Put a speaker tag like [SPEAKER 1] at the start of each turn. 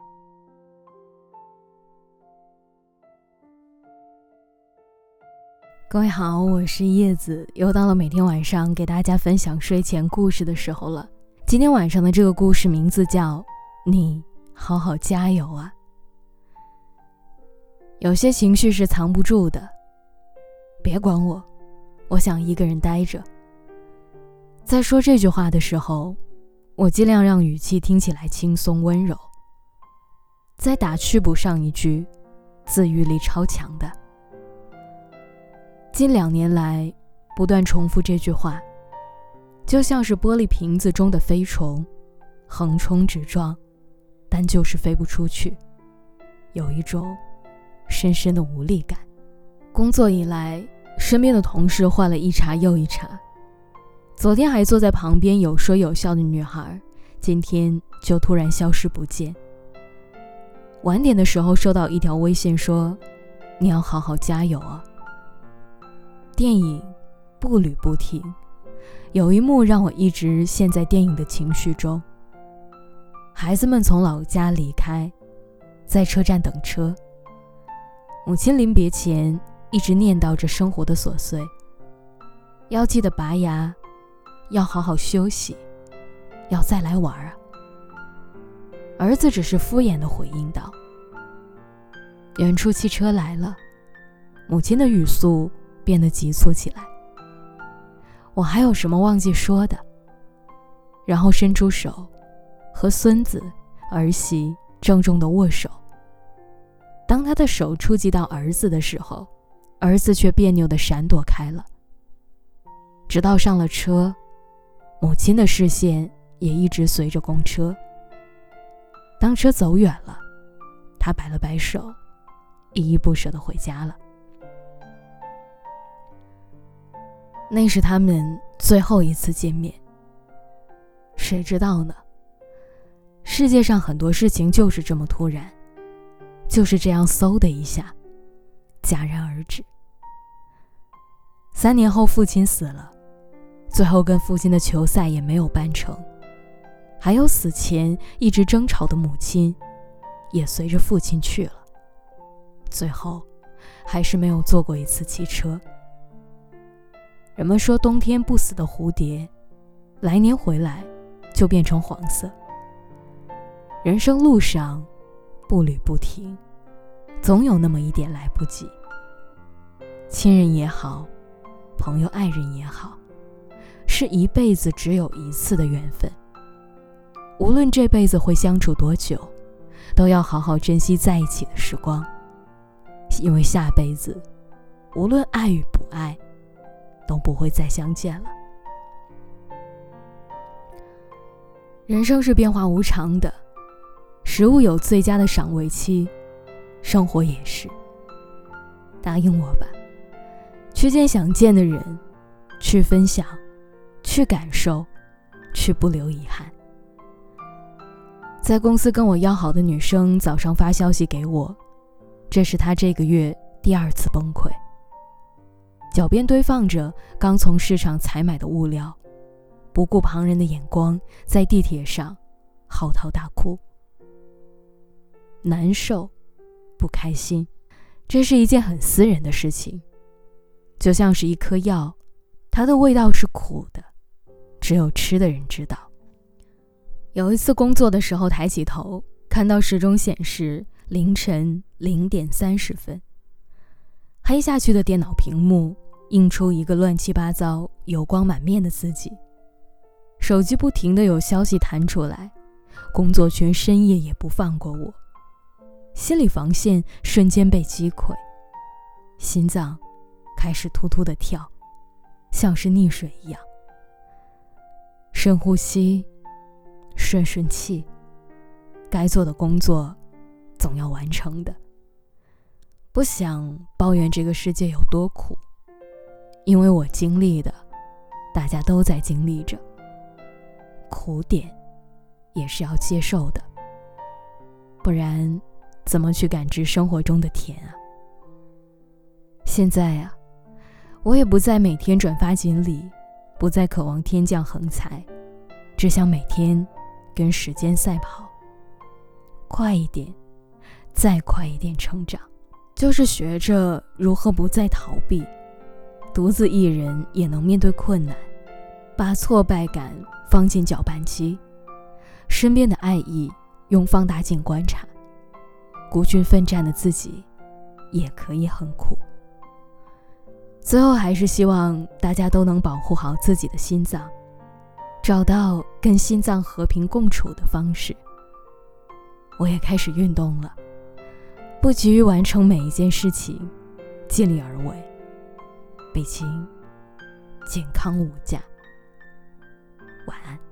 [SPEAKER 1] 各位好，我是叶子，又到了每天晚上给大家分享睡前故事的时候了。今天晚上的这个故事名字叫你好好加油啊。有些情绪是藏不住的，别管我，我想一个人待着。在说这句话的时候，我尽量让语气听起来轻松温柔，再打趣补上一句，自愈力超强的。近2年来不断重复这句话，就像是玻璃瓶子中的飞虫，横冲直撞，但就是飞不出去，有一种深深的无力感。工作以来，身边的同事换了一茬又一茬，昨天还坐在旁边有说有笑的女孩，今天就突然消失不见。晚点的时候收到一条微信说，你要好好加油啊。电影步履不停，有一幕让我一直陷在电影的情绪中。孩子们从老家离开，在车站等车，母亲临别前一直念叨着生活的琐碎，要记得拔牙，要好好休息，要再来玩啊。儿子只是敷衍地回应道。远处汽车来了，母亲的语速变得急促起来。我还有什么忘记说的？然后伸出手，和孙子儿媳郑重地握手。当他的手触及到儿子的时候，儿子却别扭地闪躲开了。直到上了车，母亲的视线也一直随着公车。当车走远了，他摆了摆手，依依不舍地回家了。那是他们最后一次见面。谁知道呢？世界上很多事情就是这么突然，就是这样嗖的一下，戛然而止。3年后父亲死了，最后跟父亲的球赛也没有办成，还有死前一直争吵的母亲，也随着父亲去了，最后还是没有坐过一次汽车。人们说冬天不死的蝴蝶，来年回来就变成黄色。人生路上步履不停，总有那么一点来不及。亲人也好，朋友爱人也好，是一辈子只有一次的缘分。无论这辈子会相处多久，都要好好珍惜在一起的时光，因为下辈子无论爱与不爱，都不会再相见了。人生是变化无常的，食物有最佳的赏味期，生活也是。答应我吧，去见想见的人，去分享，去感受，去不留遗憾。在公司跟我要好的女生早上发消息给我，这是她这个月第2次崩溃。脚边堆放着刚从市场采买的物料，不顾旁人的眼光，在地铁上嚎啕大哭。难受，不开心，这是一件很私人的事情。就像是一颗药，它的味道是苦的，只有吃的人知道。有一次工作的时候抬起头，看到时钟显示凌晨0点30分。黑下去的电脑屏幕映出一个乱七八糟、油光满面的自己。手机不停地有消息弹出来，工作群深夜也不放过我。心理防线瞬间被击溃，心脏开始突突地跳，像是溺水一样。深呼吸，顺顺气，该做的工作总要完成的。不想抱怨这个世界有多苦，因为我经历的，大家都在经历着。苦点也是要接受的，不然怎么去感知生活中的甜啊？现在啊，我也不再每天转发锦鲤，不再渴望天降横财，只想每天跟时间赛跑。 快一点，再快一点成长，就是学着如何不再逃避，独自一人也能面对困难，把挫败感放进搅拌机，身边的爱意用放大镜观察，孤军奋战的自己也可以很苦。最后还是希望大家都能保护好自己的心脏，找到跟心脏和平共处的方式。我也开始运动了，不急于完成每一件事情，尽力而为，毕竟健康无价。晚安。